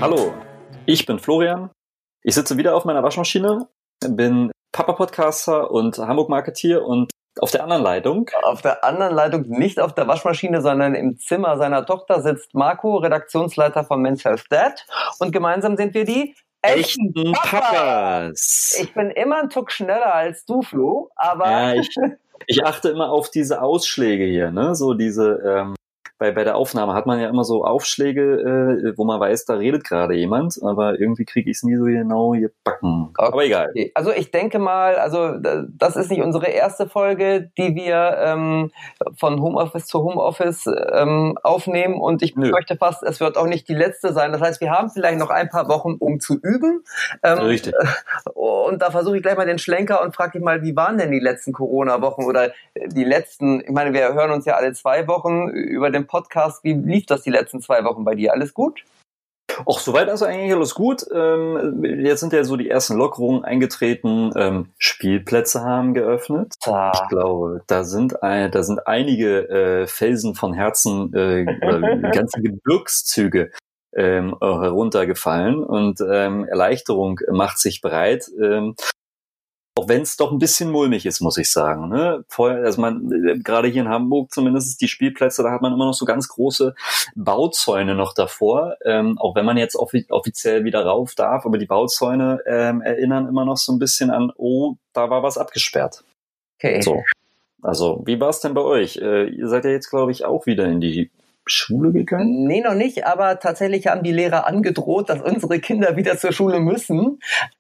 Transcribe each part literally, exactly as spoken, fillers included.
Hallo, ich bin Florian. Ich sitze wieder auf meiner Waschmaschine, bin Papa-Podcaster und Hamburg-Marketeer und auf der anderen Leitung. Auf der anderen Leitung, nicht auf der Waschmaschine, sondern im Zimmer seiner Tochter sitzt Marco, Redaktionsleiter von Men's Health Dad. Und gemeinsam sind wir die echten Papas. Ich bin immer ein Tuck schneller als du, Flo, aber... Ja, ich, ich achte immer auf diese Ausschläge hier, ne? So diese... Ähm Bei, bei der Aufnahme hat man ja immer so Aufschläge, äh, wo man weiß, da redet gerade jemand, aber irgendwie kriege ich es nie so genau gebacken. Okay. Aber egal. Also ich denke mal, also das ist nicht unsere erste Folge, die wir ähm, von Homeoffice zu Homeoffice ähm, aufnehmen und ich Nö. möchte fast, es wird auch nicht die letzte sein. Das heißt, wir haben vielleicht noch ein paar Wochen, um zu üben. Ähm, Richtig. Und da versuche ich gleich mal den Schlenker und frage dich mal, wie waren denn die letzten Corona-Wochen oder die letzten, ich meine, wir hören uns ja alle zwei Wochen über den Podcast. Wie lief das die letzten zwei Wochen bei dir? Alles gut? Auch soweit also eigentlich alles gut. Ähm, jetzt sind ja so die ersten Lockerungen eingetreten. Ähm, Spielplätze haben geöffnet. Ah. Ich glaube, da sind ein, da sind einige äh, Felsen von Herzen äh, oder ganze Gebirgszüge ähm, heruntergefallen und ähm, Erleichterung macht sich breit. Ähm, Auch wenn es doch ein bisschen mulmig ist, muss ich sagen. Ne? Vorher, also man, gerade hier in Hamburg zumindest die Spielplätze, da hat man immer noch so ganz große Bauzäune noch davor. Ähm, auch wenn man jetzt offi- offiziell wieder rauf darf, aber die Bauzäune ähm, erinnern immer noch so ein bisschen an, oh, da war was abgesperrt. Okay. So. Also, wie war es denn bei euch? Äh, ihr seid ja jetzt, glaube ich, auch wieder in die Schule gegangen? Nee, noch nicht, aber tatsächlich haben die Lehrer angedroht, dass unsere Kinder wieder zur Schule müssen.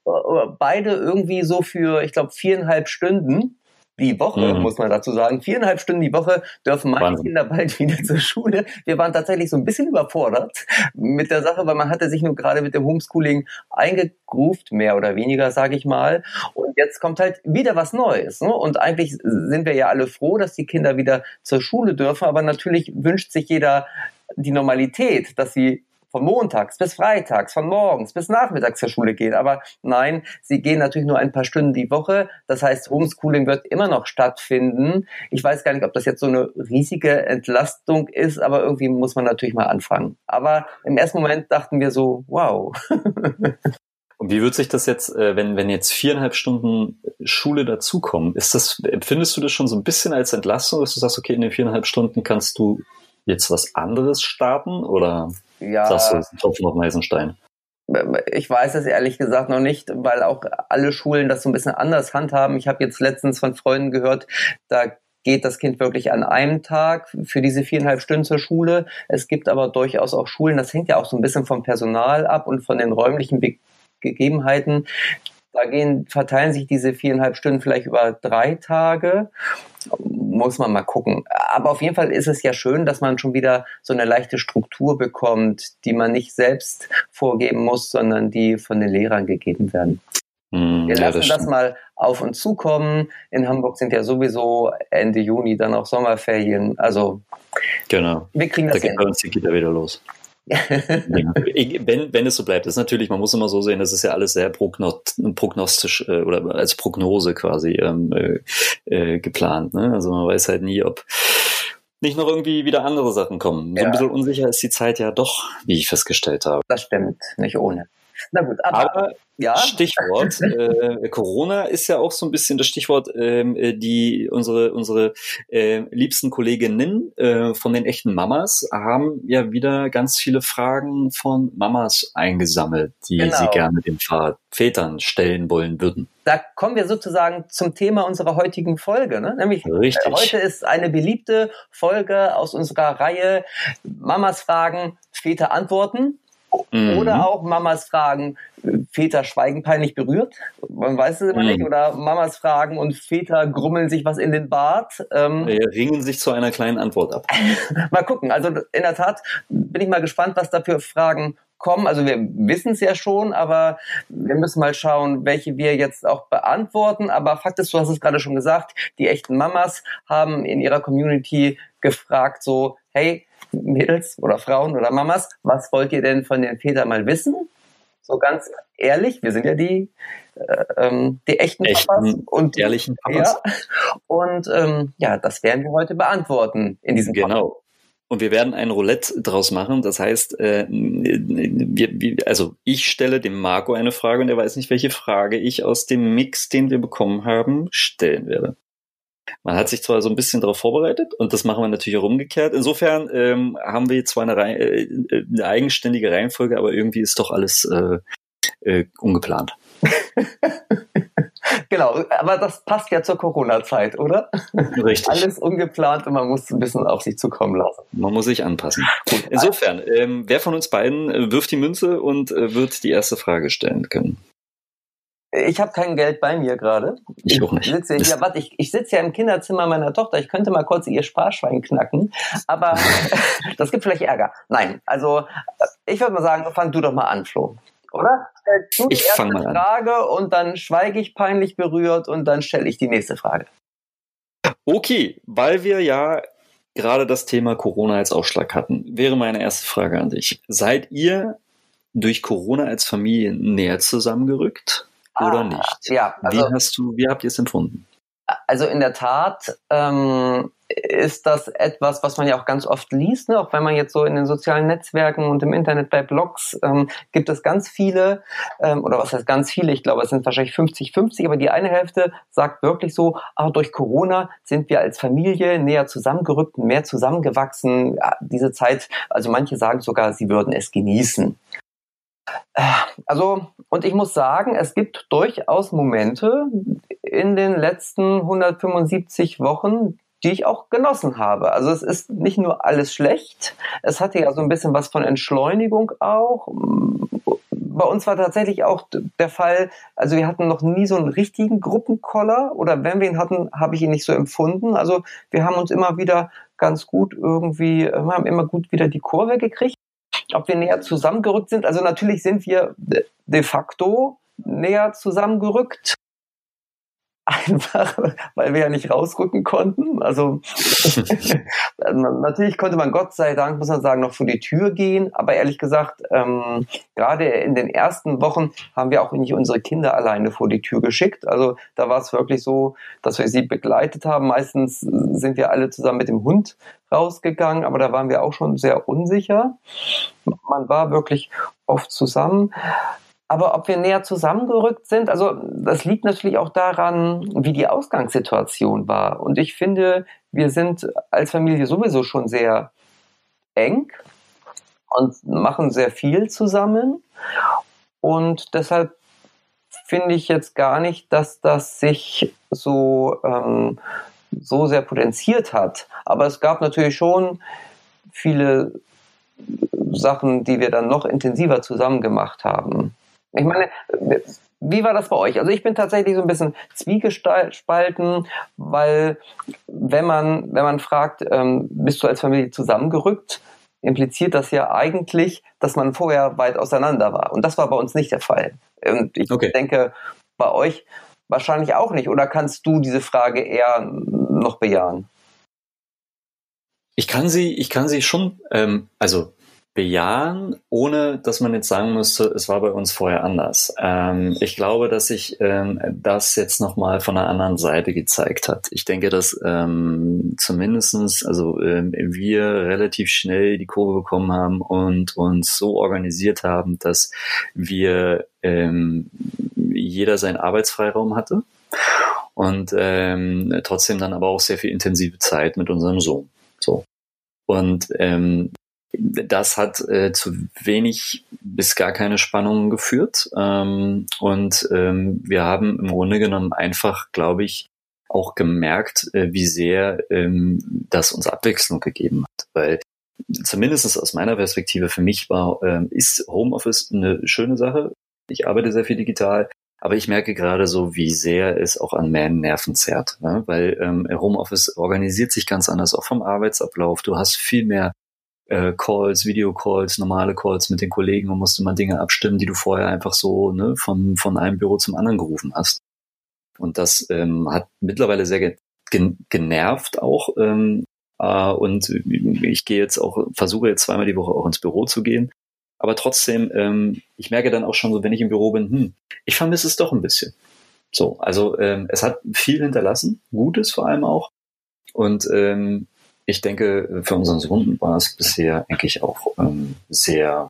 Beide irgendwie so für, ich glaube, viereinhalb Stunden die Woche, mhm. muss man dazu sagen. Viereinhalb Stunden die Woche dürfen meine Wahnsinn. Kinder bald wieder zur Schule. Wir waren tatsächlich so ein bisschen überfordert mit der Sache, weil man hatte sich nur gerade mit dem Homeschooling eingegruft, mehr oder weniger, sage ich mal. Und jetzt kommt halt wieder was Neues. Ne? Und eigentlich sind wir ja alle froh, dass die Kinder wieder zur Schule dürfen. Aber natürlich wünscht sich jeder die Normalität, dass sie von montags bis freitags, von morgens bis nachmittags zur Schule gehen. Aber nein, sie gehen natürlich nur ein paar Stunden die Woche. Das heißt, Homeschooling wird immer noch stattfinden. Ich weiß gar nicht, ob das jetzt so eine riesige Entlastung ist, aber irgendwie muss man natürlich mal anfangen. Aber im ersten Moment dachten wir so, wow. Und wie wird sich das jetzt, wenn, wenn jetzt viereinhalb Stunden Schule dazukommen, ist das, empfindest du das schon so ein bisschen als Entlastung, dass du sagst, okay, in den viereinhalb Stunden kannst du jetzt was anderes starten oder ja, sagst du, das ist ein Tropfen auf den heißen Stein? Ich weiß es ehrlich gesagt noch nicht, weil auch alle Schulen das so ein bisschen anders handhaben. Ich habe jetzt letztens von Freunden gehört, da geht das Kind wirklich an einem Tag für diese viereinhalb Stunden zur Schule. Es gibt aber durchaus auch Schulen, das hängt ja auch so ein bisschen vom Personal ab und von den räumlichen Be- Gegebenheiten. Da gehen, verteilen sich diese viereinhalb Stunden vielleicht über drei Tage. Muss man mal gucken. Aber auf jeden Fall ist es ja schön, dass man schon wieder so eine leichte Struktur bekommt, die man nicht selbst vorgeben muss, sondern die von den Lehrern gegeben werden. Mm, Wir lassen ja, das, das mal auf uns zukommen. In Hamburg sind ja sowieso Ende Juni dann auch Sommerferien. Also genau. Wir kriegen das da geht bei uns die Kita wieder los. wenn, wenn es so bleibt, das ist natürlich, man muss immer so sehen, das ist ja alles sehr prognostisch äh, oder als Prognose quasi ähm, äh, äh, geplant. Ne? Also man weiß halt nie, ob nicht noch irgendwie wieder andere Sachen kommen. So ja. Ein bisschen unsicher ist die Zeit ja doch, wie ich festgestellt habe. Das stimmt, nicht ohne. Na gut, aber, aber ja. Stichwort äh, Corona ist ja auch so ein bisschen das Stichwort, ähm, die unsere unsere äh, liebsten Kolleginnen äh, von den echten Mamas haben ja wieder ganz viele Fragen von Mamas eingesammelt, die genau. sie gerne den Vätern stellen wollen würden. Da kommen wir sozusagen zum Thema unserer heutigen Folge, ne? Nämlich Richtig. Heute ist eine beliebte Folge aus unserer Reihe Mamas Fragen, Väter antworten. Oder auch Mamas Fragen, Väter schweigen peinlich berührt, man weiß es immer mhm. nicht, oder Mamas Fragen und Väter grummeln sich was in den Bart. Ähm, ja, ringen sich zu einer kleinen Antwort ab. Mal gucken, also in der Tat bin ich mal gespannt, was da für Fragen kommen. Also wir wissen es ja schon, aber wir müssen mal schauen, welche wir jetzt auch beantworten. Aber Fakt ist, du hast es gerade schon gesagt, die echten Mamas haben in ihrer Community gefragt so, hey, Mädels oder Frauen oder Mamas, was wollt ihr denn von den Vätern mal wissen? So ganz ehrlich, wir sind ja die, äh, ähm, die echten, echten Papas und ehrlichen Papas. Ja, und ähm, ja, das werden wir heute beantworten in diesem Genau. Podcast. Und wir werden ein Roulette draus machen. Das heißt, äh, wir, wir, also ich stelle dem Marco eine Frage und er weiß nicht, welche Frage ich aus dem Mix, den wir bekommen haben, stellen werde. Man hat sich zwar so ein bisschen darauf vorbereitet und das machen wir natürlich auch umgekehrt. Insofern ähm, haben wir zwar eine, Reihe, äh, eine eigenständige Reihenfolge, aber irgendwie ist doch alles äh, äh, ungeplant. Genau, aber das passt ja zur Corona-Zeit, oder? Richtig. Alles ungeplant und man muss ein bisschen auf sich zukommen lassen. Man muss sich anpassen. Gut, insofern, ähm, wer von uns beiden äh, wirft die Münze und äh, wird die erste Frage stellen können? Ich habe kein Geld bei mir gerade. Ich auch nicht. Ich sitze ja, warte, ich, ich sitze ja im Kinderzimmer meiner Tochter. Ich könnte mal kurz ihr Sparschwein knacken, aber das gibt vielleicht Ärger. Nein, also ich würde mal sagen, fang du doch mal an, Flo. Oder? Du die ich fange mal an. Frage und dann schweige ich peinlich berührt und dann stelle ich die nächste Frage. Okay, weil wir ja gerade das Thema Corona als Ausschlag hatten, wäre meine erste Frage an dich. Seid ihr durch Corona als Familie näher zusammengerückt oder ah, nicht? Ja, also, wie hast du, wie habt ihr es empfunden? Also in der Tat ähm, ist das etwas, was man ja auch ganz oft liest, ne? Auch wenn man jetzt so in den sozialen Netzwerken und im Internet bei Blogs ähm, gibt es ganz viele, ähm, oder was heißt ganz viele, ich glaube es sind wahrscheinlich fünfzig fünfzig, aber die eine Hälfte sagt wirklich so, ah, durch Corona sind wir als Familie näher zusammengerückt, mehr zusammengewachsen. Ja, diese Zeit, also manche sagen sogar, sie würden es genießen. Also, und ich muss sagen, es gibt durchaus Momente in den letzten hundertfünfundsiebzig Wochen, die ich auch genossen habe. Also es ist nicht nur alles schlecht, es hatte ja so ein bisschen was von Entschleunigung auch. Bei uns war tatsächlich auch der Fall, also wir hatten noch nie so einen richtigen Gruppenkoller oder wenn wir ihn hatten, habe ich ihn nicht so empfunden. Also wir haben uns immer wieder ganz gut irgendwie, wir haben immer gut wieder die Kurve gekriegt. Ob wir näher zusammengerückt sind, also natürlich sind wir de facto näher zusammengerückt. Einfach, weil wir ja nicht rausrücken konnten. Also natürlich konnte man, Gott sei Dank, muss man sagen, noch vor die Tür gehen. Aber ehrlich gesagt, ähm, gerade in den ersten Wochen haben wir auch nicht unsere Kinder alleine vor die Tür geschickt. Also da war es wirklich so, dass wir sie begleitet haben. Meistens sind wir alle zusammen mit dem Hund rausgegangen, aber da waren wir auch schon sehr unsicher. Man war wirklich oft zusammen. Aber ob wir näher zusammengerückt sind, also das liegt natürlich auch daran, wie die Ausgangssituation war. Und ich finde, wir sind als Familie sowieso schon sehr eng und machen sehr viel zusammen. Und deshalb finde ich jetzt gar nicht, dass das sich so, ähm, so sehr potenziert hat. Aber es gab natürlich schon viele Sachen, die wir dann noch intensiver zusammen gemacht haben. Ich meine, wie war das bei euch? Also ich bin tatsächlich so ein bisschen zwiegespalten, weil wenn man, wenn man fragt, ähm, bist du als Familie zusammengerückt, impliziert das ja eigentlich, dass man vorher weit auseinander war. Und das war bei uns nicht der Fall. Und ich okay. denke, bei euch wahrscheinlich auch nicht. Oder kannst du diese Frage eher noch bejahen? Ich kann sie, ich kann sie schon, ähm, also bejahen, ohne dass man jetzt sagen müsste, es war bei uns vorher anders. Ähm, ich glaube, dass sich ähm, das jetzt nochmal von einer anderen Seite gezeigt hat. Ich denke, dass ähm, zumindestens, also ähm, wir relativ schnell die Kurve bekommen haben und uns so organisiert haben, dass wir ähm, jeder seinen Arbeitsfreiraum hatte und ähm, trotzdem dann aber auch sehr viel intensive Zeit mit unserem Sohn. So. Und ähm, das hat äh, zu wenig bis gar keine Spannungen geführt. Ähm, und ähm, wir haben im Grunde genommen einfach, glaube ich, auch gemerkt, äh, wie sehr ähm, das uns Abwechslung gegeben hat. Weil zumindest aus meiner Perspektive für mich war, ähm, ist Homeoffice eine schöne Sache. Ich arbeite sehr viel digital. Aber ich merke gerade so, wie sehr es auch an meinen Nerven zerrt. Ne? Weil ähm, Homeoffice organisiert sich ganz anders, auch vom Arbeitsablauf. Du hast viel mehr Calls, Videocalls, normale Calls mit den Kollegen und musste mal Dinge abstimmen, die du vorher einfach so ne, von, von einem Büro zum anderen gerufen hast. Und das ähm, hat mittlerweile sehr ge- gen- genervt auch. Ähm, äh, und ich gehe jetzt auch, versuche jetzt zweimal die Woche auch ins Büro zu gehen. Aber trotzdem, ähm, ich merke dann auch schon so, wenn ich im Büro bin, hm, ich vermisse es doch ein bisschen. So, also ähm, es hat viel hinterlassen, Gutes vor allem auch. Und ähm, Ich denke, für unseren Sohn war es bisher eigentlich auch ähm, sehr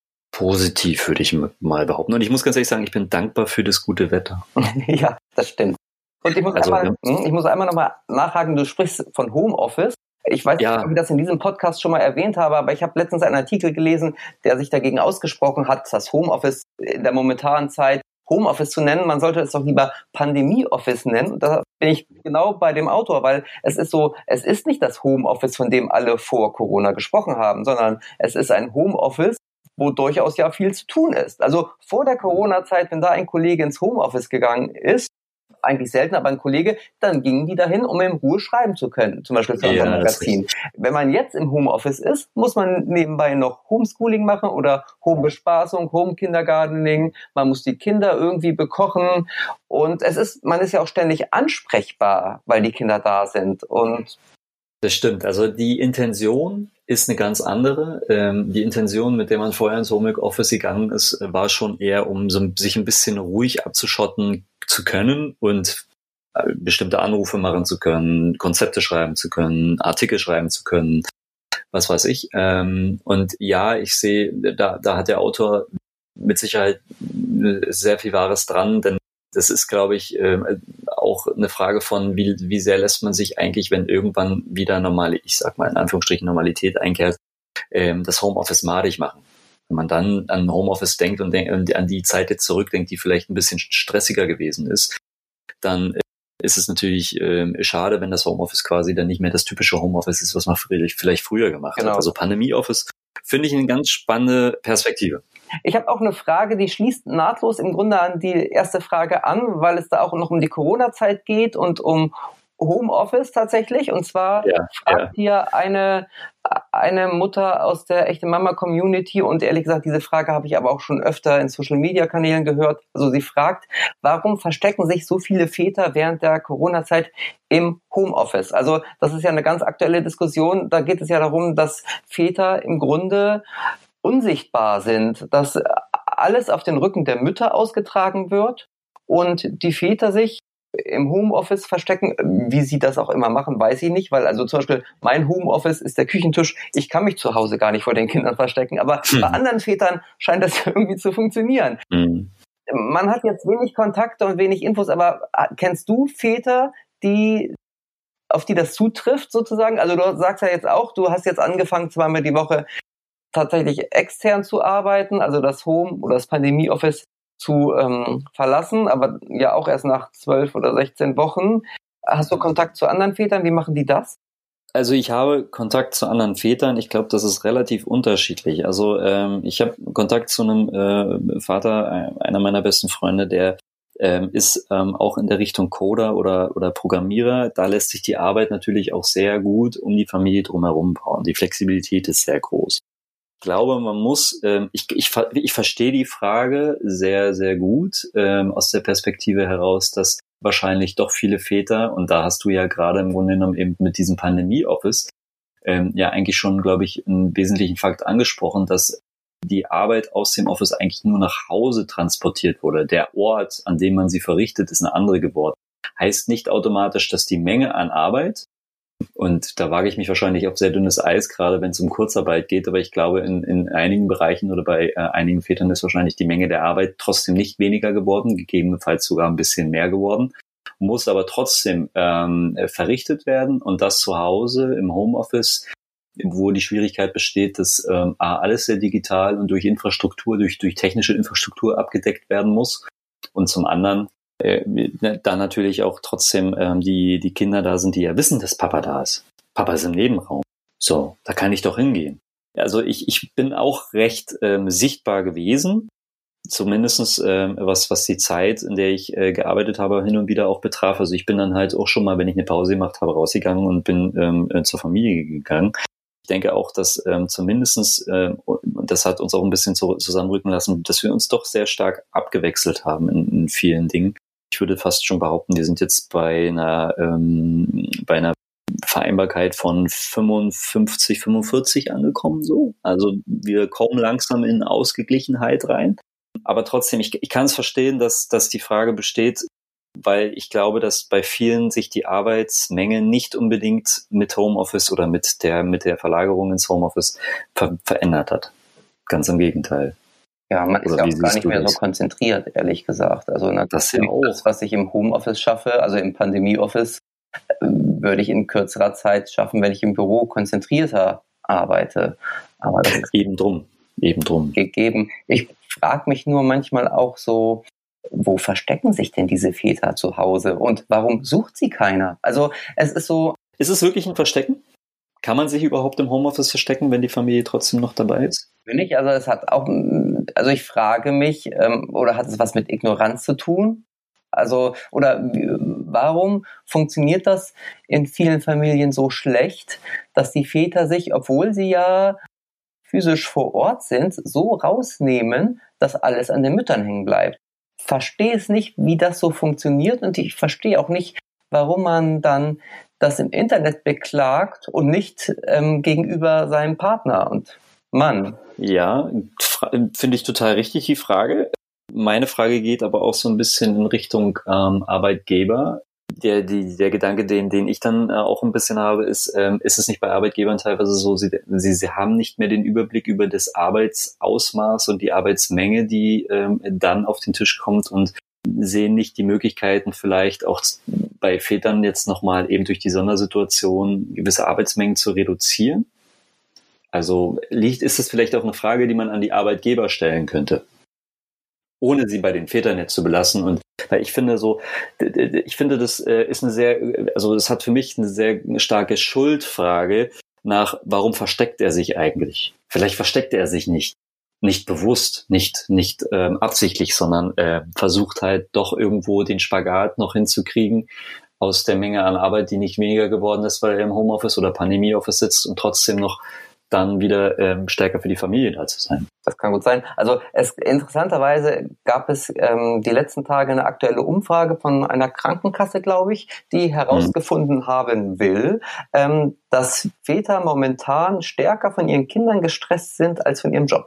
positiv, würde ich mal behaupten. Und ich muss ganz ehrlich sagen, ich bin dankbar für das gute Wetter. Ja, das stimmt. Und ich muss Also, einmal, ja. ich muss einmal nochmal nachhaken, du sprichst von Homeoffice. Ich weiß Ja. nicht, ob ich das in diesem Podcast schon mal erwähnt habe, aber ich habe letztens einen Artikel gelesen, der sich dagegen ausgesprochen hat, das Homeoffice in der momentanen Zeit Homeoffice zu nennen. Man sollte es doch lieber Pandemie-Office nennen. Da bin ich genau bei dem Autor, weil es ist so, es ist nicht das Homeoffice, von dem alle vor Corona gesprochen haben, sondern es ist ein Homeoffice, wo durchaus ja viel zu tun ist. Also vor der Corona-Zeit, wenn da ein Kollege ins Homeoffice gegangen ist, eigentlich selten, aber ein Kollege, dann gingen die dahin, um in Ruhe schreiben zu können, zum Beispiel für unser Ja, das ist Magazin. Wenn man jetzt im Homeoffice ist, muss man nebenbei noch Homeschooling machen oder Homebespaßung, Homekindergartening, man muss die Kinder irgendwie bekochen und es ist, man ist ja auch ständig ansprechbar, weil die Kinder da sind und Das stimmt. Also die Intention ist eine ganz andere. Ähm, die Intention, mit der man vorher ins Homeoffice gegangen ist, war schon eher, um so, sich ein bisschen ruhig abzuschotten zu können und äh, bestimmte Anrufe machen zu können, Konzepte schreiben zu können, Artikel schreiben zu können, was weiß ich. Ähm, und ja, ich sehe, da, da hat der Autor mit Sicherheit sehr viel Wahres dran, denn das ist, glaube ich, äh, auch eine Frage von, wie, wie sehr lässt man sich eigentlich, wenn irgendwann wieder normale, ich sag mal in Anführungsstrichen Normalität einkehrt, ähm, das Homeoffice madig machen. Wenn man dann an Homeoffice denkt und denk, an die Zeit jetzt zurückdenkt, die vielleicht ein bisschen stressiger gewesen ist, dann ist es natürlich äh, schade, wenn das Homeoffice quasi dann nicht mehr das typische Homeoffice ist, was man vielleicht früher gemacht genau. hat. Also Pandemie-Office finde ich eine ganz spannende Perspektive. Ich habe auch eine Frage, die schließt nahtlos im Grunde an die erste Frage an, weil es da auch noch um die Corona-Zeit geht und um Homeoffice tatsächlich. Und zwar ja, fragt ja. hier eine, eine Mutter aus der Echte Mama-Community und ehrlich gesagt, diese Frage habe ich aber auch schon öfter in Social-Media-Kanälen gehört. Also sie fragt, warum verstecken sich so viele Väter während der Corona-Zeit im Homeoffice? Also das ist ja eine ganz aktuelle Diskussion. Da geht es ja darum, dass Väter im Grunde unsichtbar sind, dass alles auf den Rücken der Mütter ausgetragen wird und die Väter sich im Homeoffice verstecken. Wie sie das auch immer machen, weiß ich nicht, weil also zum Beispiel mein Homeoffice ist der Küchentisch. Ich kann mich zu Hause gar nicht vor den Kindern verstecken, aber hm. bei anderen Vätern scheint das irgendwie zu funktionieren. Hm. Man hat jetzt wenig Kontakte und wenig Infos, aber kennst du Väter, die auf die das zutrifft sozusagen? Also du sagst ja jetzt auch, du hast jetzt angefangen, zweimal die Woche tatsächlich extern zu arbeiten, also das Home- oder das Pandemie-Office zu ähm, verlassen, aber ja auch erst nach zwölf oder sechzehn Wochen. Hast du Kontakt zu anderen Vätern? Wie machen die das? Also ich habe Kontakt zu anderen Vätern. Ich glaube, das ist relativ unterschiedlich. Also ähm, ich habe Kontakt zu einem äh, Vater, einer meiner besten Freunde, der ähm, ist ähm, auch in der Richtung Coder oder oder Programmierer. Da lässt sich die Arbeit natürlich auch sehr gut um die Familie drumherum bauen. Die Flexibilität ist sehr groß. Ich glaube, man muss, ähm, ich, ich, ich verstehe die Frage sehr, sehr gut ähm, aus der Perspektive heraus, dass wahrscheinlich doch viele Väter, und da hast du ja gerade im Grunde genommen eben mit diesem Pandemie-Office ähm, ja eigentlich schon, glaube ich, einen wesentlichen Fakt angesprochen, dass die Arbeit aus dem Office eigentlich nur nach Hause transportiert wurde. Der Ort, an dem man sie verrichtet, ist eine andere geworden. Heißt nicht automatisch, dass die Menge an Arbeit, und da wage ich mich wahrscheinlich auf sehr dünnes Eis, gerade wenn es um Kurzarbeit geht. Aber ich glaube, in, in einigen Bereichen oder bei äh, einigen Vätern ist wahrscheinlich die Menge der Arbeit trotzdem nicht weniger geworden, gegebenenfalls sogar ein bisschen mehr geworden, muss aber trotzdem ähm, verrichtet werden. Und das zu Hause im Homeoffice, wo die Schwierigkeit besteht, dass ähm, alles sehr digital und durch Infrastruktur, durch, durch technische Infrastruktur abgedeckt werden muss. Und zum anderen Äh, da natürlich auch trotzdem ähm, die die Kinder da sind, die ja wissen, dass Papa da ist. Papa ist im Nebenraum. So, da kann ich doch hingehen. Also ich ich bin auch recht ähm, sichtbar gewesen, zumindestens ähm, was was die Zeit, in der ich äh, gearbeitet habe, hin und wieder auch betraf. Also ich bin dann halt auch schon mal, wenn ich eine Pause gemacht habe, rausgegangen und bin ähm, äh, zur Familie gegangen. Ich denke auch, dass ähm, zumindestens, äh, und das hat uns auch ein bisschen zu, zusammenrücken lassen, dass wir uns doch sehr stark abgewechselt haben in, in vielen Dingen. Ich würde fast schon behaupten, wir sind jetzt bei einer ähm, bei einer Vereinbarkeit von fünfundfünfzig, fünfundvierzig angekommen, so. Also wir kommen langsam in Ausgeglichenheit rein. Aber trotzdem, ich, ich kann es verstehen, dass dass die Frage besteht, weil ich glaube, dass bei vielen sich die Arbeitsmenge nicht unbedingt mit Homeoffice oder mit der, mit der Verlagerung ins Homeoffice ver- verändert hat. Ganz im Gegenteil. Ja, man ist Oder ja wie auch gar siehst nicht du mehr das? so konzentriert, ehrlich gesagt. Also Das ja natürlich auch. das, was ich im Homeoffice schaffe, also im Pandemie-Office, äh, würde ich in kürzerer Zeit schaffen, wenn ich im Büro konzentrierter arbeite. Aber das ist Eben drum, eben drum. gegeben. Ich frage mich nur manchmal auch so, wo verstecken sich denn diese Väter zu Hause und warum sucht sie keiner? Also es ist so. Ist es wirklich ein Verstecken? Kann man sich überhaupt im Homeoffice verstecken, wenn die Familie trotzdem noch dabei ist? Bin ich, also es hat auch, also ich frage mich, ähm, oder hat es was mit Ignoranz zu tun? Also, oder wie, warum funktioniert das in vielen Familien so schlecht, dass die Väter sich, obwohl sie ja physisch vor Ort sind, so rausnehmen, dass alles an den Müttern hängen bleibt? Ich verstehe es nicht, wie das so funktioniert, und ich verstehe auch nicht, warum man dann das im Internet beklagt und nicht ähm, gegenüber seinem Partner und Mann. Ja, finde ich total richtig, die Frage. Meine Frage geht aber auch so ein bisschen in Richtung ähm, Arbeitgeber. Der, die, der Gedanke, den, den ich dann äh, auch ein bisschen habe, ist, ähm, ist es nicht bei Arbeitgebern teilweise so, sie, sie, sie haben nicht mehr den Überblick über das Arbeitsausmaß und die Arbeitsmenge, die ähm, dann auf den Tisch kommt, und sehen nicht die Möglichkeiten, vielleicht auch bei Vätern jetzt nochmal eben durch die Sondersituation gewisse Arbeitsmengen zu reduzieren? Also liegt, ist es vielleicht auch eine Frage, die man an die Arbeitgeber stellen könnte, ohne sie bei den Vätern jetzt zu belassen. Und weil ich finde so, ich finde, das ist eine sehr, also das hat für mich eine sehr starke Schuldfrage nach, warum versteckt er sich eigentlich? Vielleicht versteckt er sich nicht. Nicht bewusst, nicht nicht ähm, absichtlich, sondern äh, versucht halt doch irgendwo den Spagat noch hinzukriegen aus der Menge an Arbeit, die nicht weniger geworden ist, weil er im Homeoffice oder Pandemie-Office sitzt, und trotzdem noch dann wieder ähm, stärker für die Familie da zu sein. Das kann gut sein. Also es interessanterweise gab es ähm, die letzten Tage eine aktuelle Umfrage von einer Krankenkasse, glaube ich, die herausgefunden mhm. haben will, ähm, dass Väter momentan stärker von ihren Kindern gestresst sind als von ihrem Job.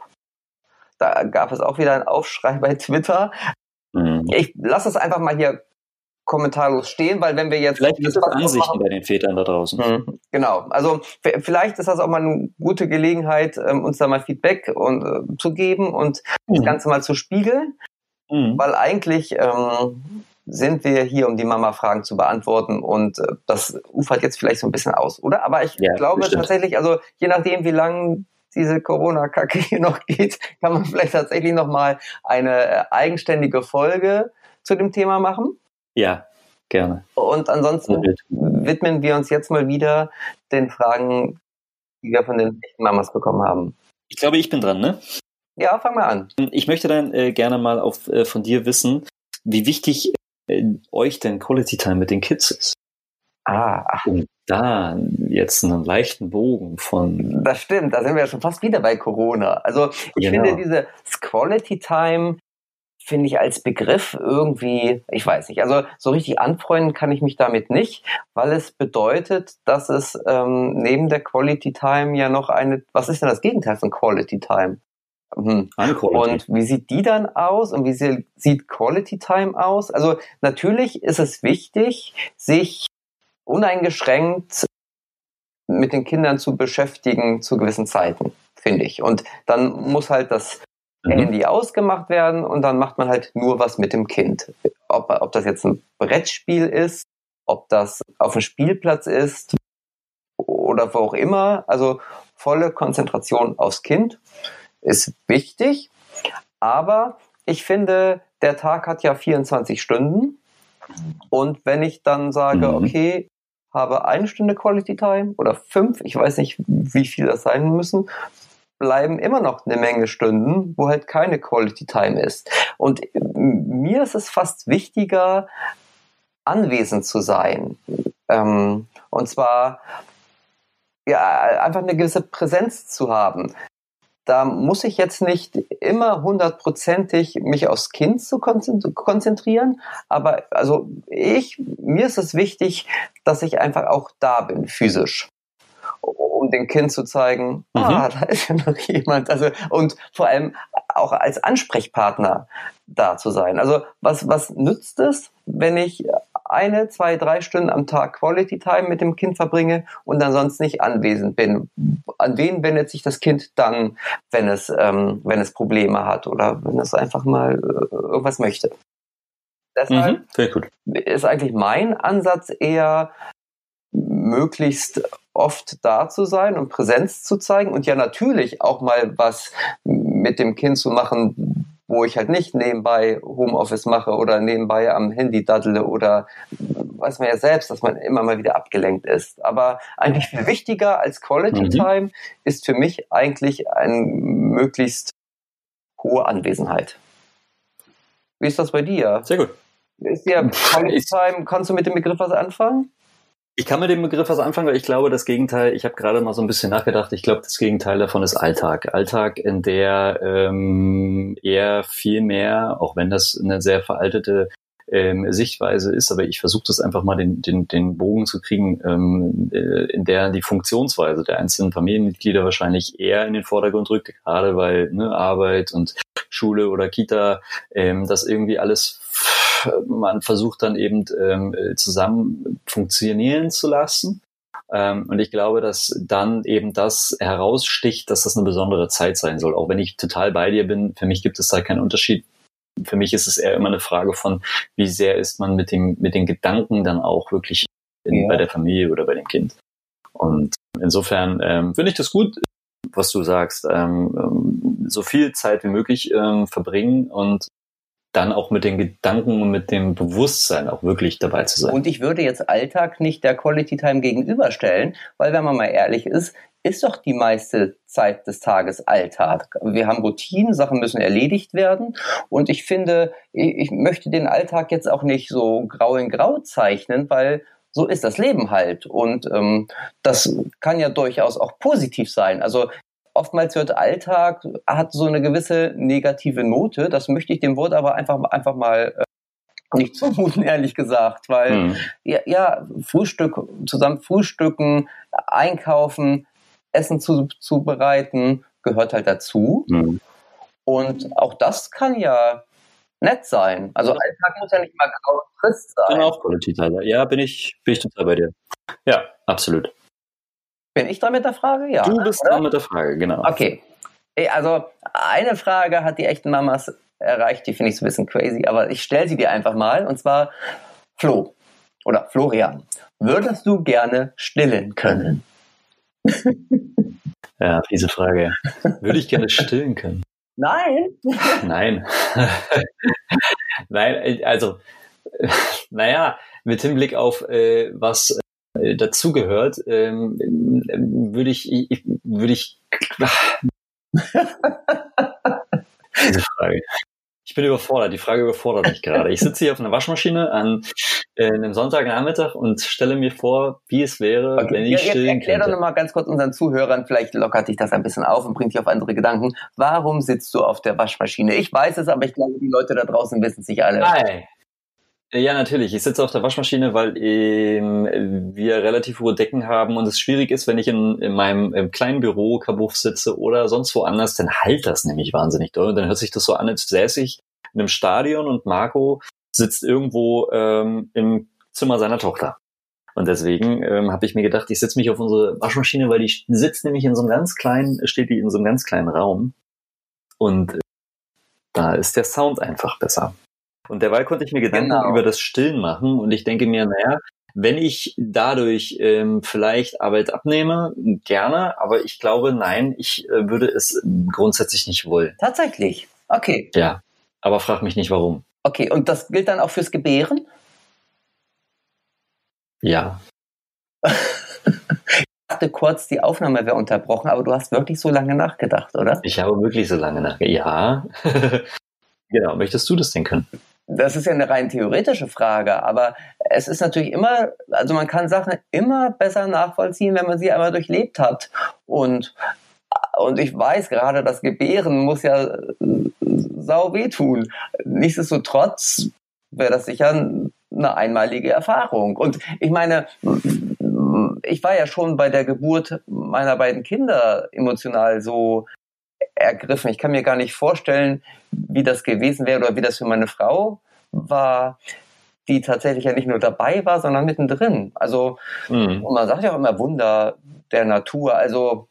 Da gab es auch wieder einen Aufschrei bei Twitter. Mhm. Ich lasse es einfach mal hier kommentarlos stehen, weil wenn wir jetzt... Vielleicht gibt es Ansichten bei den Vätern da draußen. Mhm. Genau, also f- vielleicht ist das auch mal eine gute Gelegenheit, ähm, uns da mal Feedback und, äh, zu geben und mhm. das Ganze mal zu spiegeln, mhm. weil eigentlich ähm, sind wir hier, um die Mama-Fragen zu beantworten, und äh, das ufert jetzt vielleicht so ein bisschen aus, oder? Aber ich ja, glaube bestimmt. tatsächlich, also je nachdem, wie lange diese Corona-Kacke hier noch geht, kann man vielleicht tatsächlich nochmal eine äh, eigenständige Folge zu dem Thema machen. Ja, gerne. Und ansonsten okay. widmen wir uns jetzt mal wieder den Fragen, die wir von den echten Mamas bekommen haben. Ich glaube, ich bin dran, ne? Ja, fang mal an. Ich möchte dann äh, gerne mal auf, äh, von dir wissen, wie wichtig äh, euch denn Quality Time mit den Kids ist. Ah, ach. Und da jetzt einen leichten Bogen von... Das stimmt, da sind wir ja schon fast wieder bei Corona. Also ich genau. finde diese Quality Time, finde ich als Begriff irgendwie, ich weiß nicht, also so richtig anfreunden kann ich mich damit nicht, weil es bedeutet, dass es ähm, neben der Quality Time ja noch eine, was ist denn das Gegenteil von Quality Time? Mhm. Und wie sieht die dann aus und wie sie, sieht Quality Time aus? Also natürlich ist es wichtig, sich uneingeschränkt mit den Kindern zu beschäftigen zu gewissen Zeiten, finde ich. Und dann muss halt das Handy mhm. ausgemacht werden und dann macht man halt nur was mit dem Kind. Ob, ob das jetzt ein Brettspiel ist, ob das auf dem Spielplatz ist oder wo auch immer. Also volle Konzentration aufs Kind ist wichtig. Aber ich finde, der Tag hat ja vierundzwanzig Stunden. Und wenn ich dann sage, mhm. okay, habe eine Stunde Quality Time oder fünf, ich weiß nicht, wie viel das sein müssen, bleiben immer noch eine Menge Stunden, wo halt keine Quality Time ist. Und mir ist es fast wichtiger, anwesend zu sein. Ähm, und zwar ja einfach eine gewisse Präsenz zu haben. Da muss ich jetzt nicht immer hundertprozentig mich aufs Kind zu konzentrieren, aber also ich, mir ist es wichtig, dass ich einfach auch da bin, physisch. um dem Kind zu zeigen, mhm. ah, da ist ja noch jemand. Also, und vor allem auch als Ansprechpartner da zu sein. Also was, was nützt es, wenn ich eine, zwei, drei Stunden am Tag Quality Time mit dem Kind verbringe und dann sonst nicht anwesend bin? An wen wendet sich das Kind dann, wenn es, ähm, wenn es Probleme hat oder wenn es einfach mal äh, irgendwas möchte? Deshalb mhm, sehr gut. Ist eigentlich mein Ansatz eher, möglichst oft da zu sein und Präsenz zu zeigen und ja natürlich auch mal was mit dem Kind zu machen, wo ich halt nicht nebenbei Homeoffice mache oder nebenbei am Handy daddle oder weiß man ja selbst, dass man immer mal wieder abgelenkt ist. Aber eigentlich viel wichtiger als Quality mhm. Time ist für mich eigentlich eine möglichst hohe Anwesenheit. Wie ist das bei dir? Sehr gut. Ist dir Quality Time, kannst du mit dem Begriff was anfangen? Ich kann mit dem Begriff was anfangen, weil ich glaube, das Gegenteil, ich habe gerade mal so ein bisschen nachgedacht, ich glaube, das Gegenteil davon ist Alltag. Alltag, in der ähm, eher viel mehr, auch wenn das eine sehr veraltete ähm, Sichtweise ist, aber ich versuche das einfach mal den, den, den Bogen zu kriegen, ähm, äh, in der die Funktionsweise der einzelnen Familienmitglieder wahrscheinlich eher in den Vordergrund rückt, gerade weil ne, Arbeit und Schule oder Kita, ähm, das irgendwie alles man versucht dann eben ähm, zusammen funktionieren zu lassen. Ähm, und ich glaube, dass dann eben das heraussticht, dass das eine besondere Zeit sein soll. Auch wenn ich total bei dir bin, für mich gibt es da keinen Unterschied. Für mich ist es eher immer eine Frage von, wie sehr ist man mit dem mit den Gedanken dann auch wirklich in, ja. bei der Familie oder bei dem Kind. Und insofern ähm, finde ich das gut, was du sagst. Ähm, so viel Zeit wie möglich ähm, verbringen und dann auch mit den Gedanken und mit dem Bewusstsein auch wirklich dabei zu sein. Und ich würde jetzt Alltag nicht der Quality Time gegenüberstellen, weil wenn man mal ehrlich ist, ist doch die meiste Zeit des Tages Alltag. Wir haben Routinen, Sachen müssen erledigt werden und ich finde, ich möchte den Alltag jetzt auch nicht so grau in grau zeichnen, weil so ist das Leben halt und ähm, das kann ja durchaus auch positiv sein. Also oftmals wird Alltag, hat so eine gewisse negative Note. Das möchte ich dem Wort aber einfach, einfach mal äh, nicht zumuten, ehrlich gesagt. Weil, hm. ja, ja, Frühstück, zusammen frühstücken, einkaufen, Essen zu, zubereiten, gehört halt dazu. Hm. Und auch das kann ja nett sein. Also Alltag muss ja nicht mal grau und trist sein. Genau, Quality Time. Ja, bin ich, bin ich total bei dir. Ja, absolut. Bin ich dran mit der Frage? Ja. Du bist oder? dran mit der Frage, genau. Okay. Also eine Frage hat die echten Mamas erreicht, die finde ich so ein bisschen crazy, aber ich stelle sie dir einfach mal. Und zwar, Flo oder Florian, würdest du gerne stillen können? Ja, diese Frage. Würde ich gerne stillen können? Nein. Nein. Nein, also, naja, mit Hinblick auf äh, was dazugehört, ähm, würde ich, ich würde ich diese Frage. Ich bin überfordert, die Frage überfordert mich gerade. Ich sitze hier auf einer Waschmaschine an äh, einem Sonntagnachmittag und stelle mir vor, wie es wäre, okay. wenn ich ja, stillen könnte. Erklär doch nochmal ganz kurz unseren Zuhörern, vielleicht lockert dich das ein bisschen auf und bringt dich auf andere Gedanken. Warum sitzt du auf der Waschmaschine? Ich weiß es, aber ich glaube, die Leute da draußen wissen es nicht alle. Nein. Ja, natürlich. Ich sitze auf der Waschmaschine, weil ähm, wir relativ hohe Decken haben und es schwierig ist, wenn ich in, in meinem im kleinen Büro Kabuff sitze oder sonst woanders, dann halt das nämlich wahnsinnig doll. Und dann hört sich das so an, als säße ich in einem Stadion und Marco sitzt irgendwo ähm, im Zimmer seiner Tochter. Und deswegen ähm, habe ich mir gedacht, ich setze mich auf unsere Waschmaschine, weil die sitzt nämlich in so einem ganz kleinen, steht die in so einem ganz kleinen Raum. Und äh, da ist der Sound einfach besser. Und derweil konnte ich mir Gedanken genau. über das Stillen machen und ich denke mir, naja, wenn ich dadurch ähm, vielleicht Arbeit abnehme, gerne, aber ich glaube, nein, ich äh, würde es grundsätzlich nicht wollen. Tatsächlich? Okay. Ja, aber frag mich nicht, warum. Okay, und das gilt dann auch fürs Gebären? Ja. Ich dachte kurz, die Aufnahme wäre unterbrochen, aber du hast wirklich so lange nachgedacht, oder? Ich habe wirklich so lange nachgedacht, ja. Genau, möchtest du das denn können? Das ist ja eine rein theoretische Frage, aber es ist natürlich immer, also man kann Sachen immer besser nachvollziehen, wenn man sie einmal durchlebt hat. Und, und ich weiß gerade, das Gebären muss ja sau wehtun. Nichtsdestotrotz wäre das sicher eine einmalige Erfahrung. Und ich meine, ich war ja schon bei der Geburt meiner beiden Kinder emotional so ergriffen. Ich kann mir gar nicht vorstellen, wie das gewesen wäre oder wie das für meine Frau war, die tatsächlich ja nicht nur dabei war, sondern mittendrin. Also, mhm. und man sagt ja auch immer Wunder der Natur. Also,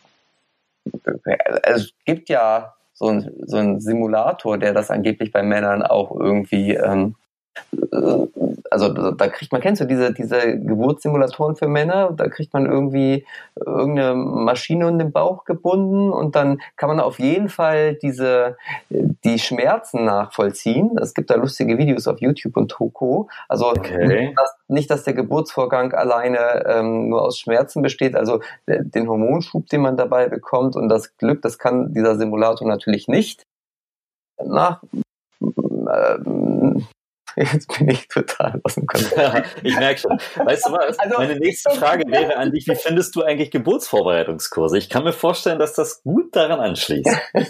es gibt ja so ein, so ein Simulator, der das angeblich bei Männern auch irgendwie ähm, also da kriegt man, kennst du diese, diese Geburtssimulatoren für Männer? Da kriegt man irgendwie irgendeine Maschine in den Bauch gebunden und dann kann man auf jeden Fall diese, die Schmerzen nachvollziehen. Es gibt da lustige Videos auf YouTube und Co. Also okay. nicht, dass, nicht, dass der Geburtsvorgang alleine ähm, nur aus Schmerzen besteht, also den Hormonschub, den man dabei bekommt und das Glück, das kann dieser Simulator natürlich nicht. Nach ähm, Jetzt bin ich total aus dem Konzept. Ja, ich merke schon. Weißt du was? Also, meine nächste Frage wäre an dich, wie findest du eigentlich Geburtsvorbereitungskurse? Ich kann mir vorstellen, dass das gut daran anschließt.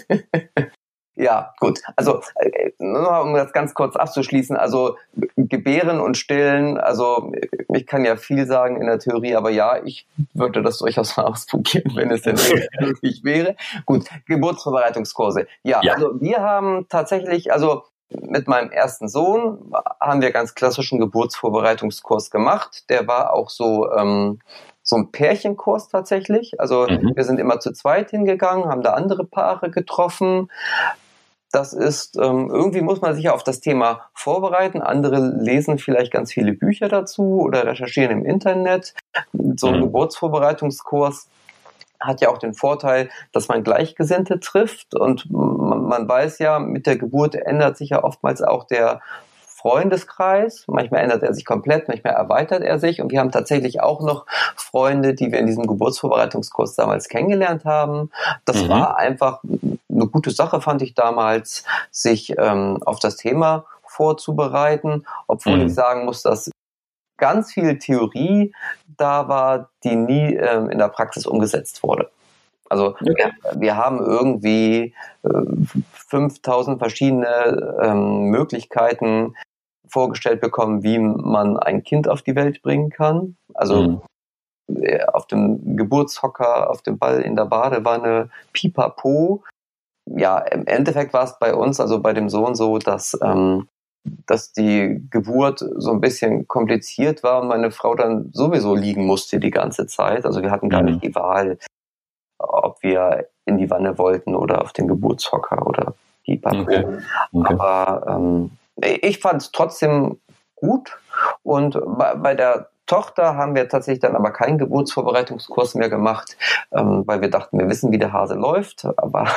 Ja, gut. Also, nur um das ganz kurz abzuschließen, also Gebären und Stillen, also ich kann ja viel sagen in der Theorie, aber ja, ich würde das durchaus mal ausprobieren, wenn es denn möglich wäre. Gut, Geburtsvorbereitungskurse. Ja, ja, also wir haben tatsächlich, also mit meinem ersten Sohn haben wir ganz klassischen Geburtsvorbereitungskurs gemacht. Der war auch so ähm, so ein Pärchenkurs tatsächlich. Also mhm. wir sind immer zu zweit hingegangen, haben da andere Paare getroffen. Das ist, ähm, irgendwie muss man sich ja auf das Thema vorbereiten. Andere lesen vielleicht ganz viele Bücher dazu oder recherchieren im Internet. So ein mhm. Geburtsvorbereitungskurs hat ja auch den Vorteil, dass man Gleichgesinnte trifft und man weiß ja, mit der Geburt ändert sich ja oftmals auch der Freundeskreis. Manchmal ändert er sich komplett, manchmal erweitert er sich und wir haben tatsächlich auch noch Freunde, die wir in diesem Geburtsvorbereitungskurs damals kennengelernt haben. Das mhm. war einfach eine gute Sache, fand ich damals, sich ähm, auf das Thema vorzubereiten, obwohl mhm. ich sagen muss, dass ganz viel Theorie da war, die nie ähm, in der Praxis umgesetzt wurde. Also okay. wir, wir haben irgendwie äh, fünftausend verschiedene ähm, Möglichkeiten vorgestellt bekommen, wie man ein Kind auf die Welt bringen kann. Also mhm. auf dem Geburtshocker, auf dem Ball in der Badewanne, pipapo. Ja, im Endeffekt war es bei uns, also bei dem Sohn so, dass ähm, dass die Geburt so ein bisschen kompliziert war und meine Frau dann sowieso liegen musste die ganze Zeit. Also wir hatten gar mhm. nicht die Wahl, ob wir in die Wanne wollten oder auf den Geburtshocker oder die Papo. Okay. Okay. Aber ähm, ich fand es trotzdem gut und bei, bei der Tochter haben wir tatsächlich dann aber keinen Geburtsvorbereitungskurs mehr gemacht, ähm, weil wir dachten, wir wissen, wie der Hase läuft, aber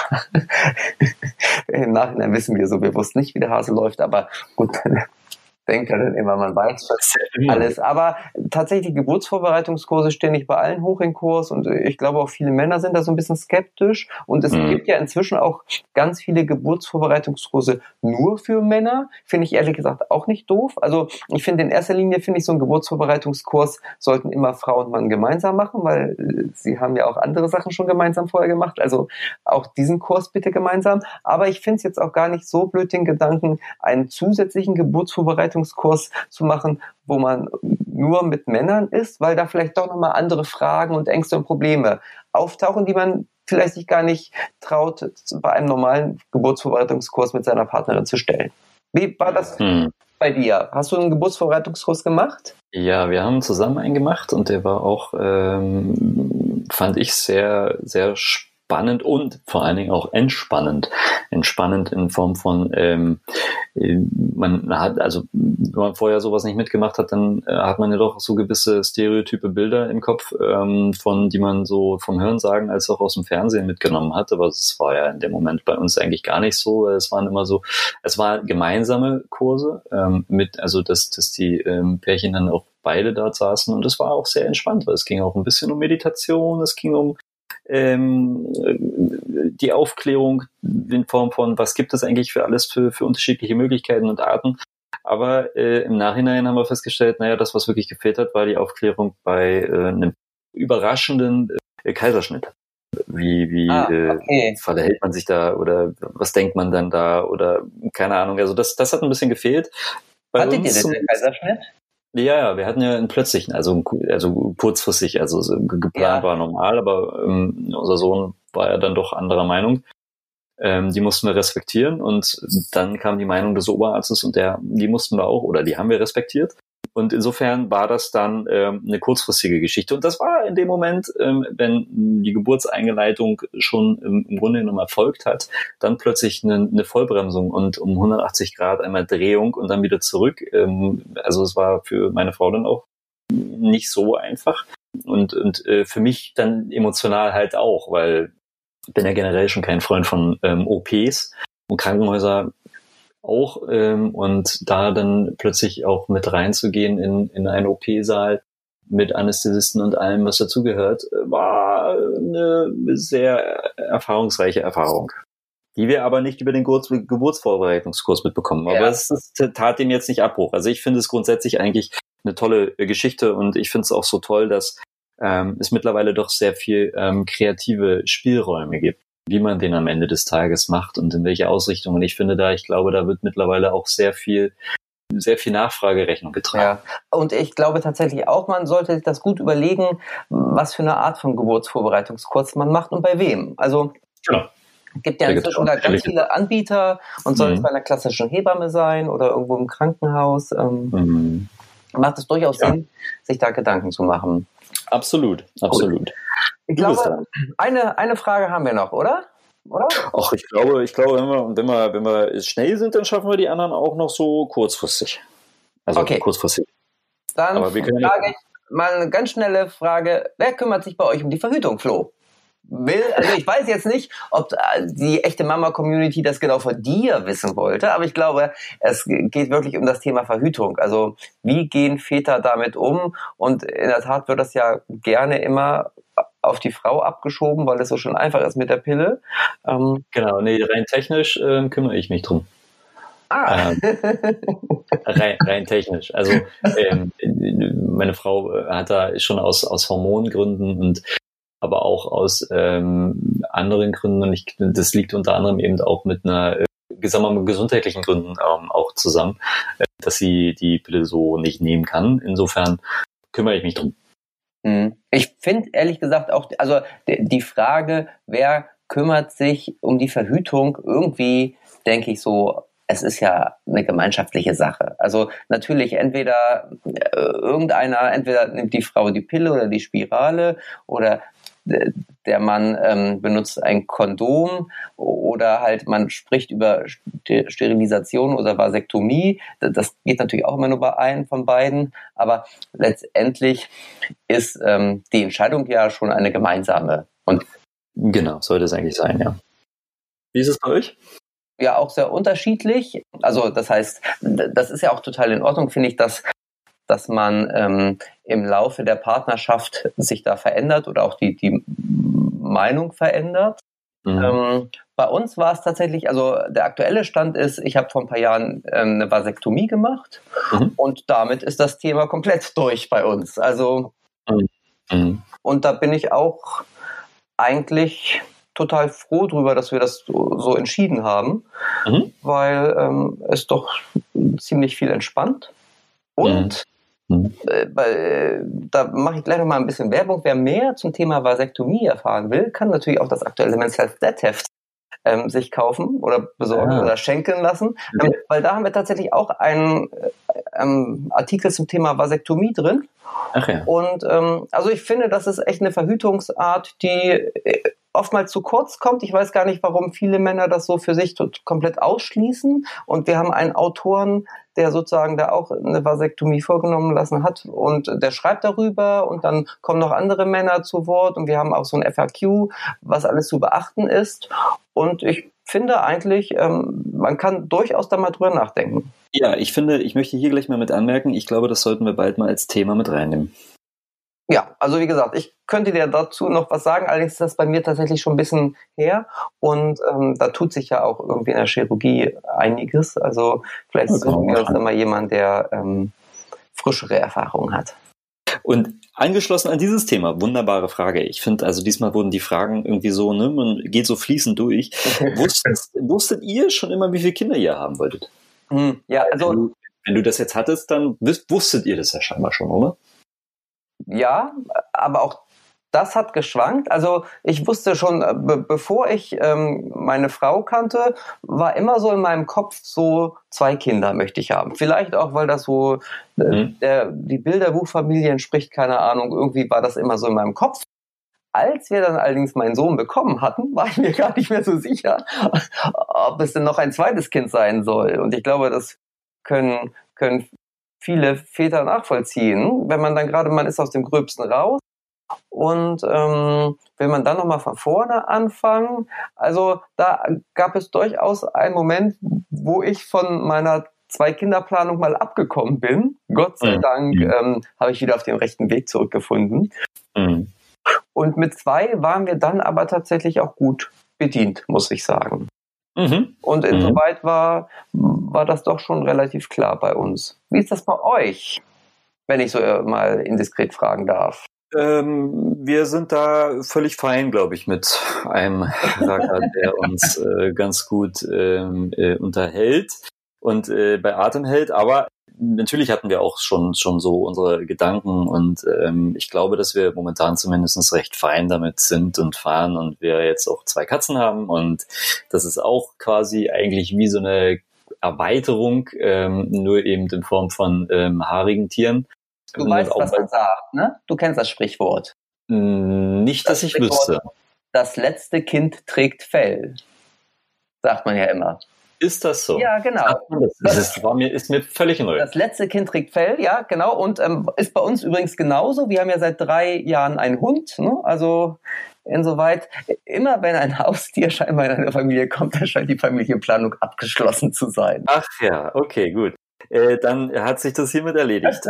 im Nachhinein wissen wir so bewusst nicht, wie der Hase läuft, aber gut, denkt ja dann immer, man weiß alles. Aber tatsächlich, Geburtsvorbereitungskurse stehen nicht bei allen hoch in Kurs und ich glaube auch viele Männer sind da so ein bisschen skeptisch und es mhm. gibt ja inzwischen auch ganz viele Geburtsvorbereitungskurse nur für Männer. Finde ich ehrlich gesagt auch nicht doof. Also ich finde in erster Linie, finde ich, so einen Geburtsvorbereitungskurs sollten immer Frau und Mann gemeinsam machen, weil sie haben ja auch andere Sachen schon gemeinsam vorher gemacht. Also auch diesen Kurs bitte gemeinsam. Aber ich finde es jetzt auch gar nicht so blöd, den Gedanken, einen zusätzlichen Geburtsvorbereitungskurs zu machen, wo man nur mit Männern ist, weil da vielleicht doch nochmal andere Fragen und Ängste und Probleme auftauchen, die man vielleicht sich gar nicht traut, bei einem normalen Geburtsvorbereitungskurs mit seiner Partnerin zu stellen. Wie war das hm. bei dir? Hast du einen Geburtsvorbereitungskurs gemacht? Ja, wir haben zusammen einen gemacht und der war auch, ähm, fand ich, sehr, sehr spannend. Spannend und vor allen Dingen auch entspannend. Entspannend in Form von, ähm, man hat, also wenn man vorher sowas nicht mitgemacht hat, dann äh, hat man ja doch so gewisse stereotype Bilder im Kopf, ähm, von die man so vom Hörensagen als auch aus dem Fernsehen mitgenommen hat. Aber das war ja in dem Moment bei uns eigentlich gar nicht so. Es waren immer so, es waren gemeinsame Kurse ähm, mit, also dass, dass die ähm, Pärchen dann auch beide dort saßen und es war auch sehr entspannt, weil es ging auch ein bisschen um Meditation, es ging um Ähm, die Aufklärung in Form von, was gibt es eigentlich für alles für, für unterschiedliche Möglichkeiten und Arten. Aber äh, im Nachhinein haben wir festgestellt, naja, das, was wirklich gefehlt hat, war die Aufklärung bei äh, einem überraschenden äh, Kaiserschnitt. Wie, wie ah, okay. äh, verhält man sich da oder was denkt man dann da oder keine Ahnung. Also das, das hat ein bisschen gefehlt. Bei Hattet ihr denn den Kaiserschnitt? Ja, ja, wir hatten ja einen plötzlichen, also, also kurzfristig, also so geplant ja. war normal, aber ähm, unser Sohn war ja dann doch anderer Meinung. Ähm, die mussten wir respektieren und dann kam die Meinung des Oberarztes und der, die mussten wir auch, oder die haben wir respektiert. Und insofern war das dann ähm, eine kurzfristige Geschichte. Und das war in dem Moment, ähm, wenn die Geburtseinleitung schon im, im Grunde genommen erfolgt hat, dann plötzlich eine, eine Vollbremsung und um hundertachtzig Grad einmal Drehung und dann wieder zurück. Ähm, also es war für meine Frau dann auch nicht so einfach. Und, und äh, für mich dann emotional halt auch, weil ich bin ja generell schon kein Freund von ähm, O Ps und Krankenhäuser auch, ähm, und da dann plötzlich auch mit reinzugehen in, in einen O P-Saal mit Anästhesisten und allem, was dazugehört, war eine sehr erfahrungsreiche Erfahrung, die wir aber nicht über den Geburtsvorbereitungskurs mitbekommen. Aber ja. es ist, tat dem jetzt nicht Abbruch. Also ich finde es grundsätzlich eigentlich eine tolle Geschichte und ich finde es auch so toll, dass ähm, es mittlerweile doch sehr viel ähm, kreative Spielräume gibt, wie man den am Ende des Tages macht und in welche Ausrichtung. Und ich finde da, ich glaube, da wird mittlerweile auch sehr viel, sehr viel Nachfragerechnung getragen. Ja. Und ich glaube tatsächlich auch, man sollte sich das gut überlegen, was für eine Art von Geburtsvorbereitungskurs man macht und bei wem. Also, genau. Es gibt ja inzwischen da ganz viele Anbieter und soll es mhm. bei einer klassischen Hebamme sein oder irgendwo im Krankenhaus. Ähm, mhm. Macht es durchaus ja. Sinn, sich da Gedanken zu machen. Absolut, absolut. Gut. Ich glaube, eine, eine Frage haben wir noch, oder? Oder? Ach, ich glaube, ich glaube, wenn wir, wenn wir, wenn wir schnell sind, dann schaffen wir die anderen auch noch so kurzfristig. Also okay. kurzfristig. Dann Aber wir können frage ich mal eine ganz schnelle Frage. Wer kümmert sich bei euch um die Verhütung, Flo? Will, also ich weiß jetzt nicht, ob die echte Mama-Community das genau von dir wissen wollte, aber ich glaube, es geht wirklich um das Thema Verhütung. Also wie gehen Väter damit um? Und in der Tat wird das ja gerne immer auf die Frau abgeschoben, weil es so schon einfach ist mit der Pille. Ähm, genau, nee, rein technisch äh, kümmere ich mich drum. Ah. Ähm, rein, rein technisch. Also ähm, meine Frau hat da schon aus, aus Hormongründen und aber auch aus ähm, anderen Gründen, und ich, das liegt unter anderem eben auch mit einer, äh, sagen wir mal, gesundheitlichen Gründen ähm, auch zusammen, äh, dass sie die Pille so nicht nehmen kann. Insofern kümmere ich mich drum. Ich finde ehrlich gesagt auch, also die Frage, wer kümmert sich um die Verhütung, irgendwie denke ich so, es ist ja eine gemeinschaftliche Sache. Also natürlich entweder äh, irgendeiner, entweder nimmt die Frau die Pille oder die Spirale oder der Mann ähm, benutzt ein Kondom oder halt man spricht über Sterilisation oder Vasektomie. Das geht natürlich auch immer nur bei einem von beiden, aber letztendlich ist ähm, die Entscheidung ja schon eine gemeinsame. Und genau, sollte es eigentlich sein, ja. Wie ist es bei euch? Ja, auch sehr unterschiedlich. Also das heißt, das ist ja auch total in Ordnung, finde ich, dass dass man ähm, im Laufe der Partnerschaft sich da verändert oder auch die, die Meinung verändert. Mhm. Ähm, bei uns war es tatsächlich, also der aktuelle Stand ist, ich habe vor ein paar Jahren ähm, eine Vasektomie gemacht mhm. und damit ist das Thema komplett durch bei uns. Also mhm. und da bin ich auch eigentlich total froh drüber, dass wir das so, so entschieden haben, mhm. weil ähm, es doch ziemlich viel entspannt. Und mhm. äh, bei, da mache ich gleich noch mal ein bisschen Werbung. Wer mehr zum Thema Vasektomie erfahren will, kann natürlich auch das aktuelle Men's Health Dead Heft ähm, sich kaufen oder besorgen ah. oder schenken lassen. Okay. Ähm, weil da haben wir tatsächlich auch einen ähm, Artikel zum Thema Vasektomie drin. Ach ja. Und ähm, also ich finde, das ist echt eine Verhütungsart, die äh, oftmals zu kurz kommt. Ich weiß gar nicht, warum viele Männer das so für sich tot, komplett ausschließen. Und wir haben einen Autoren, der sozusagen da auch eine Vasektomie vorgenommen lassen hat und der schreibt darüber und dann kommen noch andere Männer zu Wort und wir haben auch so ein F A Q, was alles zu beachten ist. Und ich finde eigentlich, ähm, man kann durchaus da mal drüber nachdenken. Ja, ich finde, ich möchte hier gleich mal mit anmerken, ich glaube, das sollten wir bald mal als Thema mit reinnehmen. Ja, also wie gesagt, ich könnte dir dazu noch was sagen, allerdings ist das bei mir tatsächlich schon ein bisschen her und ähm, da tut sich ja auch irgendwie in der Chirurgie einiges, also vielleicht okay, suchen wir uns dann mal jemanden, der ähm, frischere Erfahrungen hat. Und angeschlossen an dieses Thema, wunderbare Frage. Ich finde, also diesmal wurden die Fragen irgendwie so, ne, man geht so fließend durch. Wusstet, wusstet ihr schon immer, wie viele Kinder ihr haben wolltet? Hm, ja, also wenn du das jetzt hattest, dann wusstet ihr das ja scheinbar schon, oder? Ja, aber auch das hat geschwankt. Also ich wusste schon, be- bevor ich ähm, meine Frau kannte, war immer so in meinem Kopf so, zwei Kinder möchte ich haben. Vielleicht auch, weil das so, äh, Mhm. der, die Bilderbuchfamilie entspricht, keine Ahnung, irgendwie war das immer so in meinem Kopf. Als wir dann allerdings meinen Sohn bekommen hatten, war ich mir gar nicht mehr so sicher, ob es denn noch ein zweites Kind sein soll. Und ich glaube, das können, können viele Väter nachvollziehen, wenn man dann gerade, man ist aus dem Gröbsten raus. Und ähm, will man dann nochmal von vorne anfangen? Also da gab es durchaus einen Moment, wo ich von meiner Zwei-Kinder-Planung mal abgekommen bin. Gott sei Mhm. Dank ähm, habe ich wieder auf den rechten Weg zurückgefunden. Mhm. Und mit zwei waren wir dann aber tatsächlich auch gut bedient, muss ich sagen. Mhm. Und Mhm. insoweit war, war das doch schon relativ klar bei uns. Wie ist das bei euch, wenn ich so äh, mal indiskret fragen darf? Ähm, wir sind da völlig fein, glaube ich, mit einem Racker, der uns äh, ganz gut ähm, äh, unterhält und äh, bei Atem hält. Aber natürlich hatten wir auch schon schon so unsere Gedanken und ähm, ich glaube, dass wir momentan zumindest recht fein damit sind und fahren und wir jetzt auch zwei Katzen haben und das ist auch quasi eigentlich wie so eine Erweiterung, ähm, nur eben in Form von ähm, haarigen Tieren. Du weißt, was man sagt, ne? Du kennst das Sprichwort. Nicht, dass Das ich Sprichwort, wüsste. Das letzte Kind trägt Fell. Sagt man ja immer. Ist das so? Ja, genau. Das, das ist, war mir, ist mir völlig neu. Das letzte Kind trägt Fell, ja, genau. Und ähm, ist bei uns übrigens genauso. Wir haben ja seit drei Jahren einen Hund. Ne? Also insoweit, immer wenn ein Haustier scheinbar in eine Familie kommt, dann scheint die Familienplanung abgeschlossen zu sein. Ach ja, okay, gut. Äh, dann hat sich das hiermit erledigt.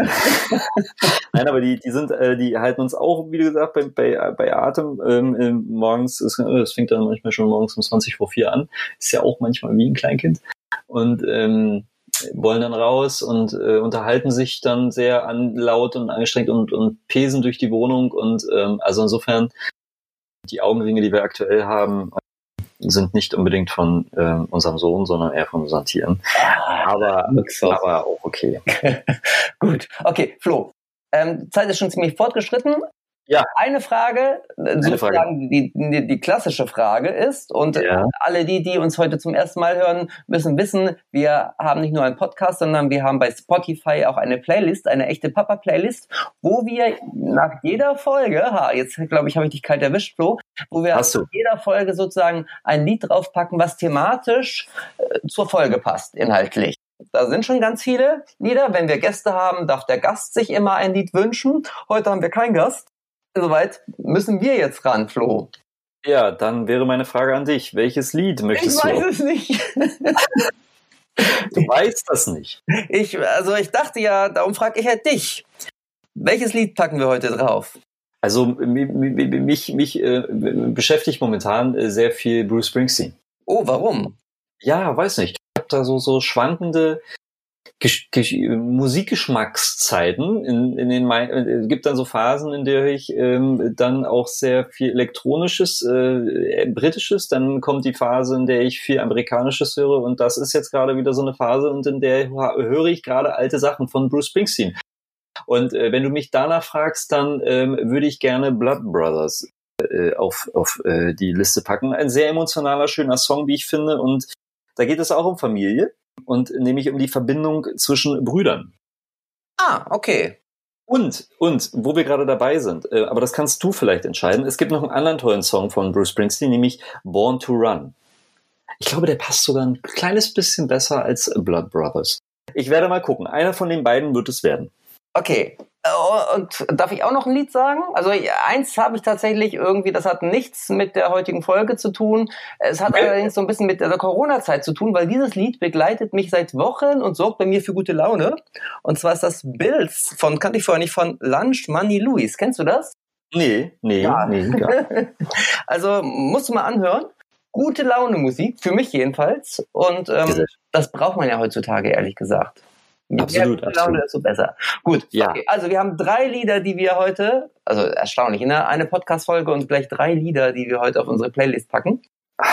Nein, aber die, die sind, äh, die halten uns auch, wie gesagt, bei, bei, bei Atem ähm, morgens, es, es fängt dann manchmal schon morgens um zwanzig vor vier an, ist ja auch manchmal wie ein Kleinkind und ähm, wollen dann raus und äh, unterhalten sich dann sehr an, laut und angestrengt und, und pesen durch die Wohnung und ähm, also insofern die Augenringe, die wir aktuell haben, sind nicht unbedingt von äh, unserem Sohn, sondern eher von unseren Tieren. Ah, aber, aber auch okay. Gut, okay, Flo. Ähm, Zeit ist schon ziemlich fortgeschritten. Ja. Eine Frage, Eine sozusagen Frage. Die, die, die klassische Frage ist, und Ja. alle die, die uns heute zum ersten Mal hören, müssen wissen, wir haben nicht nur einen Podcast, sondern wir haben bei Spotify auch eine Playlist, eine echte Papa-Playlist, wo wir nach jeder Folge, ha, jetzt glaube ich, habe ich dich kalt erwischt, Flo, wo wir Hast du. nach jeder Folge sozusagen ein Lied draufpacken, was thematisch äh, zur Folge passt, inhaltlich. Da sind schon ganz viele Lieder. Wenn wir Gäste haben, darf der Gast sich immer ein Lied wünschen. Heute haben wir keinen Gast. Soweit müssen wir jetzt ran, Flo. Ja, dann wäre meine Frage an dich. Welches Lied möchtest du? Ich weiß es nicht. Du weißt das nicht. Ich, also ich dachte ja, darum frage ich halt dich. Welches Lied packen wir heute drauf? Also mich, mich, mich äh, beschäftigt momentan sehr viel Bruce Springsteen. Oh, warum? Ja, weiß nicht. Ich habe da so, so schwankende Gesch- Gesch- Musikgeschmackszeiten. In, in den mein, es gibt dann so Phasen, in der ich ähm, dann auch sehr viel elektronisches, äh, britisches, dann kommt die Phase, in der ich viel amerikanisches höre und das ist jetzt gerade wieder so eine Phase und in der höre ich gerade alte Sachen von Bruce Springsteen. Und äh, wenn du mich danach fragst, dann ähm, würde ich gerne Blood Brothers äh, auf, auf äh, die Liste packen. Ein sehr emotionaler, schöner Song, wie ich finde und da geht es auch um Familie. Und nämlich um die Verbindung zwischen Brüdern. Ah, okay. Und, und, wo wir gerade dabei sind, äh, aber das kannst du vielleicht entscheiden, es gibt noch einen anderen tollen Song von Bruce Springsteen, nämlich Born to Run. Ich glaube, der passt sogar ein kleines bisschen besser als Blood Brothers. Ich werde mal gucken, einer von den beiden wird es werden. Okay. Und darf ich auch noch ein Lied sagen? Also eins habe ich tatsächlich irgendwie, das hat nichts mit der heutigen Folge zu tun. Es hat okay. allerdings so ein bisschen mit der Corona-Zeit zu tun, weil dieses Lied begleitet mich seit Wochen und sorgt bei mir für gute Laune. Und zwar ist das Bills von, kannte ich vorher nicht, von Lunch Money Louis. Kennst du das? Nee, nee, ja. nee. Ja. Also musst du mal anhören. Gute Laune Musik, für mich jedenfalls. Und ähm, das braucht man ja heutzutage, ehrlich gesagt. Je absolut, mehr absolut. Laune, desto besser. Gut, ja. Okay. Also wir haben drei Lieder, die wir heute, also erstaunlich, ne? Eine Podcast-Folge und gleich drei Lieder, die wir heute auf unsere Playlist packen.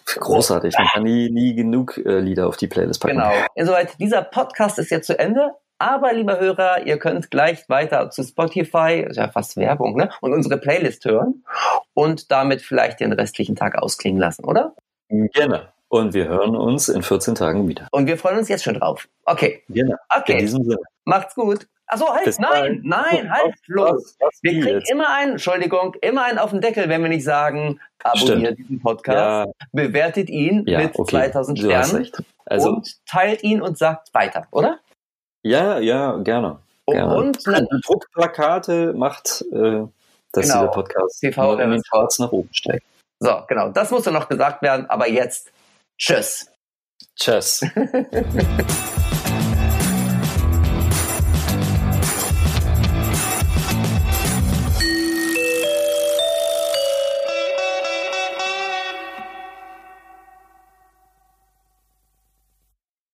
Großartig. Man kann nie, nie genug äh, Lieder auf die Playlist packen. Genau. Insoweit, dieser Podcast ist jetzt zu Ende. Aber, lieber Hörer, ihr könnt gleich weiter zu Spotify, ist ja fast Werbung, ne? Und unsere Playlist hören und damit vielleicht den restlichen Tag ausklingen lassen, oder? Gerne. Und wir hören uns in vierzehn Tagen wieder. Und wir freuen uns jetzt schon drauf. Okay. Genau. Okay. In diesem Sinne. Macht's gut. Achso, halt, Bis nein, bald. nein, halt, los. Was, was, wir kriegen jetzt? immer einen, Entschuldigung, immer einen auf den Deckel, wenn wir nicht sagen, abonniert Stimmt. diesen Podcast, Ja. bewertet ihn Ja, mit okay. zweitausend Du hast Sternen recht. Also, und teilt ihn und sagt weiter, oder? ja, ja, gerne. gerne. Und Druckplakate macht, äh, dass Genau. dieser Podcast T V in den Charts nach oben steigt. so, genau, das musste noch gesagt werden, aber jetzt, tschüss. Tschüss.